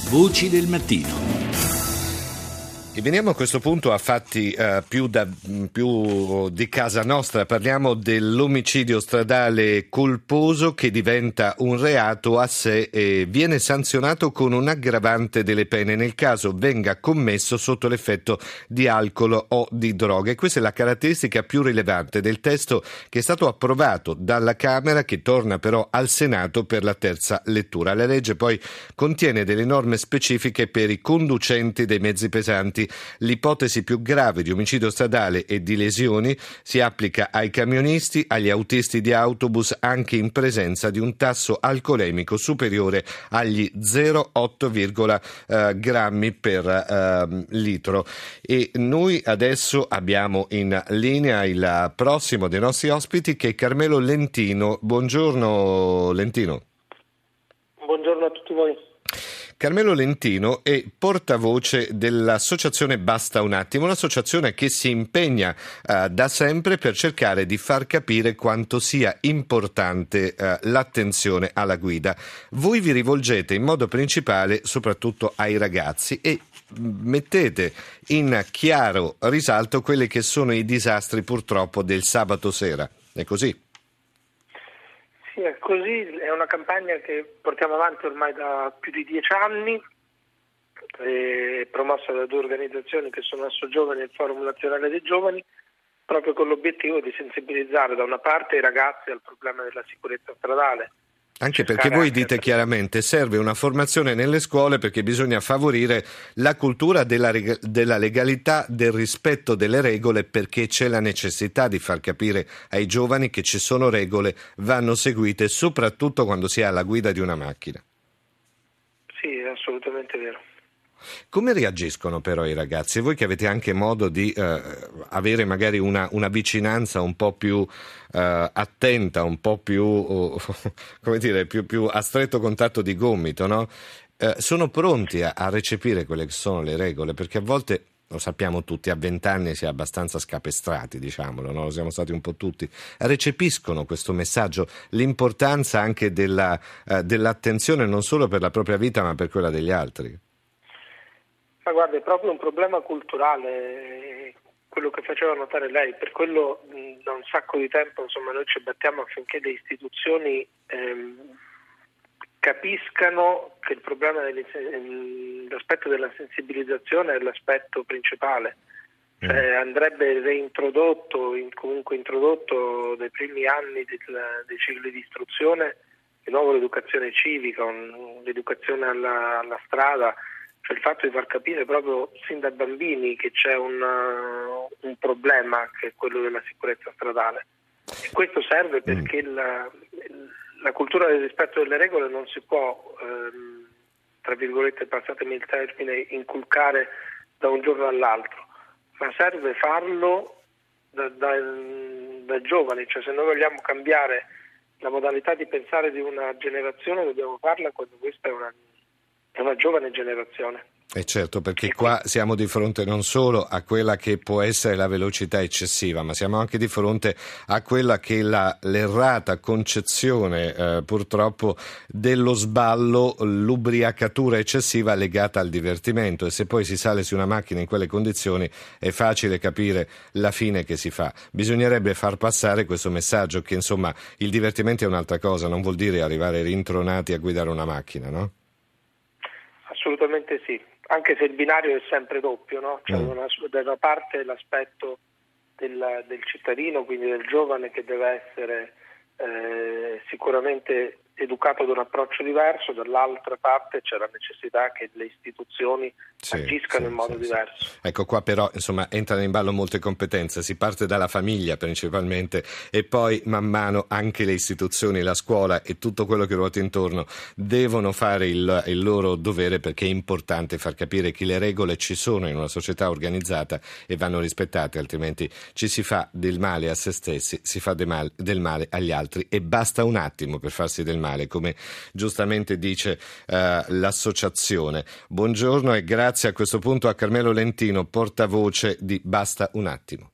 Voci del mattino. E veniamo a questo punto a fatti più di casa nostra. Parliamo dell'omicidio stradale colposo che diventa un reato a sé e viene sanzionato con un aggravante delle pene nel caso venga commesso sotto l'effetto di alcol o di droga. E questa è la caratteristica più rilevante del testo che è stato approvato dalla Camera, che torna però al Senato per la terza lettura. La legge poi contiene delle norme specifiche per i conducenti dei mezzi pesanti. L'ipotesi più grave di omicidio stradale e di lesioni si applica ai camionisti, agli autisti di autobus, anche in presenza di un tasso alcolemico superiore agli 0,8 grammi per litro. E noi adesso abbiamo in linea il prossimo dei nostri ospiti, che è Carmelo Lentino. Buongiorno Lentino. Buongiorno a tutti voi. Carmelo Lentino è portavoce dell'associazione Basta un attimo, un'associazione che si impegna da sempre per cercare di far capire quanto sia importante l'attenzione alla guida. Voi vi rivolgete in modo principale soprattutto ai ragazzi e mettete in chiaro risalto quelli che sono i disastri purtroppo del sabato sera. È così? Sì, è così, è una campagna che portiamo avanti ormai da più di 10 anni, promossa da due organizzazioni che sono Assogiovani e il Forum Nazionale dei Giovani, proprio con l'obiettivo di sensibilizzare da una parte i ragazzi al problema della sicurezza stradale. Anche perché voi dite chiaramente serve una formazione nelle scuole, perché bisogna favorire la cultura della legalità, del rispetto delle regole, perché c'è la necessità di far capire ai giovani che ci sono regole, vanno seguite, soprattutto quando si è alla guida di una macchina. Sì, è assolutamente vero. Come reagiscono però i ragazzi? Voi che avete anche modo di avere magari una vicinanza un po' più attenta, un po' più, come dire, più a stretto contatto di gomito, no? Sono pronti a recepire quelle che sono le regole? Perché a volte, lo sappiamo tutti, a 20 anni si è abbastanza scapestrati, diciamolo, no? Lo siamo stati un po' tutti. Recepiscono questo messaggio, l'importanza anche dell'attenzione non solo per la propria vita ma per quella degli altri? Ma guarda, è proprio un problema culturale, quello che faceva notare lei. Per quello da un sacco di tempo noi ci battiamo affinché le istituzioni capiscano che il problema l'aspetto della sensibilizzazione è l'aspetto principale. Andrebbe reintrodotto, comunque introdotto dai primi anni dei cicli di istruzione, di nuovo l'educazione civica, l'educazione alla strada. Cioè il fatto di far capire proprio sin da bambini che c'è un problema, che è quello della sicurezza stradale. E questo serve perché la cultura del rispetto delle regole non si può, tra virgolette, passatemi il termine, inculcare da un giorno all'altro, ma serve farlo da giovani. Cioè se noi vogliamo cambiare la modalità di pensare di una generazione, dobbiamo farla quando questa è una giovane generazione. E certo, perché qua siamo di fronte non solo a quella che può essere la velocità eccessiva, ma siamo anche di fronte a quella che è l'errata concezione purtroppo dello sballo, l'ubriacatura eccessiva legata al divertimento, e se poi si sale su una macchina in quelle condizioni è facile capire la fine che si fa. Bisognerebbe far passare questo messaggio che insomma il divertimento è un'altra cosa, non vuol dire arrivare rintronati a guidare una macchina, no? Assolutamente sì, anche se il binario è sempre doppio, no? Cioè da una parte l'aspetto del cittadino, quindi del giovane, che deve essere sicuramente educato ad un approccio diverso, dall'altra parte c'è la necessità che le istituzioni agiscano in modo diverso. Ecco, qua però insomma entrano in ballo molte competenze, si parte dalla famiglia principalmente e poi man mano anche le istituzioni, la scuola e tutto quello che ruota intorno devono fare il loro dovere, perché è importante far capire che le regole ci sono in una società organizzata e vanno rispettate, altrimenti ci si fa del male a se stessi, si fa del male agli altri, e basta un attimo per farsi del male, come giustamente dice l'associazione. Buongiorno e grazie a questo punto a Carmelo Lentino, portavoce di Basta un attimo.